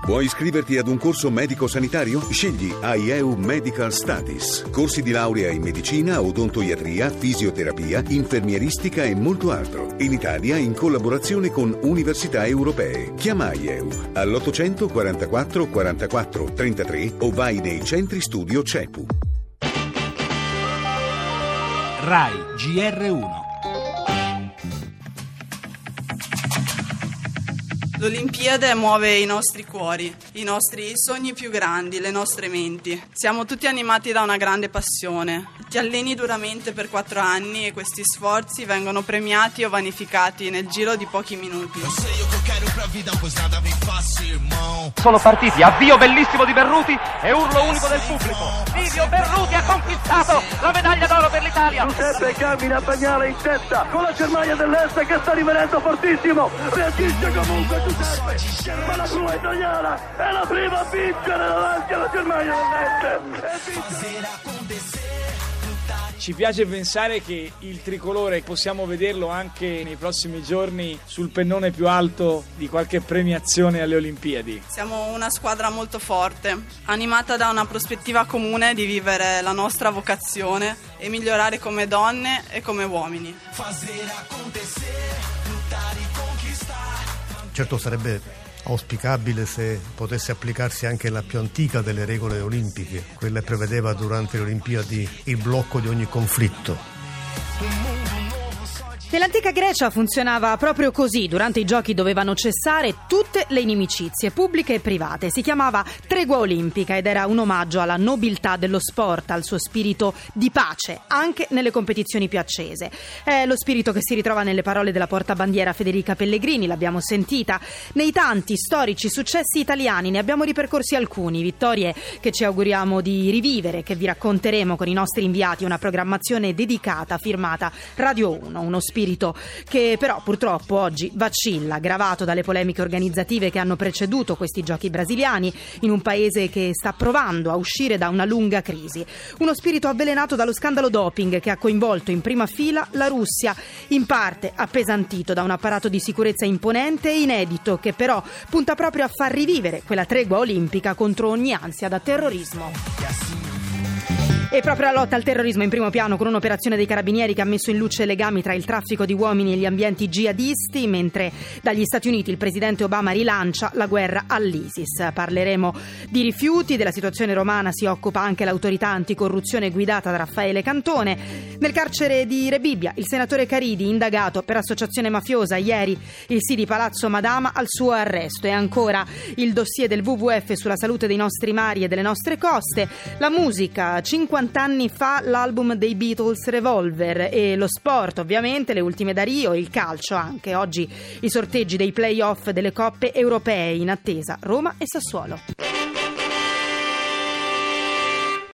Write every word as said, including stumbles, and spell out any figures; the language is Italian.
Vuoi iscriverti ad un corso medico-sanitario? Scegli AIEU Medical Studies. Corsi di laurea in medicina, odontoiatria, fisioterapia, infermieristica e molto altro. In Italia in collaborazione con università europee. Chiama AIEU all'ottocento quarantaquattro quarantaquattro trentatré o vai nei centri studio C E P U. Rai G R uno. L'Olimpiade muove i nostri cuori, i nostri sogni più grandi, le nostre menti. Siamo tutti animati da una grande passione. Ti alleni duramente per quattro anni e questi sforzi vengono premiati o vanificati nel giro di pochi minuti. Sono partiti, avvio bellissimo di Berruti e urlo unico del pubblico. Livio Berruti ha conquistato la medaglia d'oro per l'Italia. Giuseppe cammina Bagnale in testa con la Germania dell'Est che sta rimanendo fortissimo. Reagisce comunque Giuseppe, ma la tua italiana è la prima a vincere davanti alla Germania dell'Est. Ci piace pensare che il tricolore possiamo vederlo anche nei prossimi giorni sul pennone più alto di qualche premiazione alle Olimpiadi. Siamo una squadra molto forte, animata da una prospettiva comune di vivere la nostra vocazione e migliorare come donne e come uomini. Certo, sarebbe auspicabile se potesse applicarsi anche la più antica delle regole olimpiche, quella che prevedeva durante le Olimpiadi il blocco di ogni conflitto. Nell'antica Grecia funzionava proprio così. Durante i giochi dovevano cessare tutte le inimicizie, pubbliche e private. Si chiamava tregua olimpica ed era un omaggio alla nobiltà dello sport, al suo spirito di pace, anche nelle competizioni più accese. È lo spirito che si ritrova nelle parole della portabandiera Federica Pellegrini, l'abbiamo sentita. Nei tanti storici successi italiani ne abbiamo ripercorsi alcuni, vittorie che ci auguriamo di rivivere, che vi racconteremo con i nostri inviati, una programmazione dedicata firmata Radio uno, uno spirito spirito che però purtroppo oggi vacilla, gravato dalle polemiche organizzative che hanno preceduto questi giochi brasiliani in un paese che sta provando a uscire da una lunga crisi. Uno spirito avvelenato dallo scandalo doping che ha coinvolto in prima fila la Russia, in parte appesantito da un apparato di sicurezza imponente e inedito che però punta proprio a far rivivere quella tregua olimpica contro ogni ansia da terrorismo. E proprio la lotta al terrorismo in primo piano con un'operazione dei carabinieri che ha messo in luce legami tra il traffico di uomini e gli ambienti jihadisti, mentre dagli Stati Uniti il presidente Obama rilancia la guerra all'ISIS. Parleremo di rifiuti, della situazione romana si occupa anche l'autorità anticorruzione guidata da Raffaele Cantone. Nel carcere di Rebibbia il senatore Caridi, indagato per associazione mafiosa, ieri il sì di Palazzo Madama al suo arresto. E ancora il dossier del W W F sulla salute dei nostri mari e delle nostre coste, la musica, cinquanta anni fa l'album dei Beatles Revolver, e lo sport ovviamente, le ultime da Rio, il calcio anche, oggi i sorteggi dei play-off delle coppe europee in attesa Roma e Sassuolo.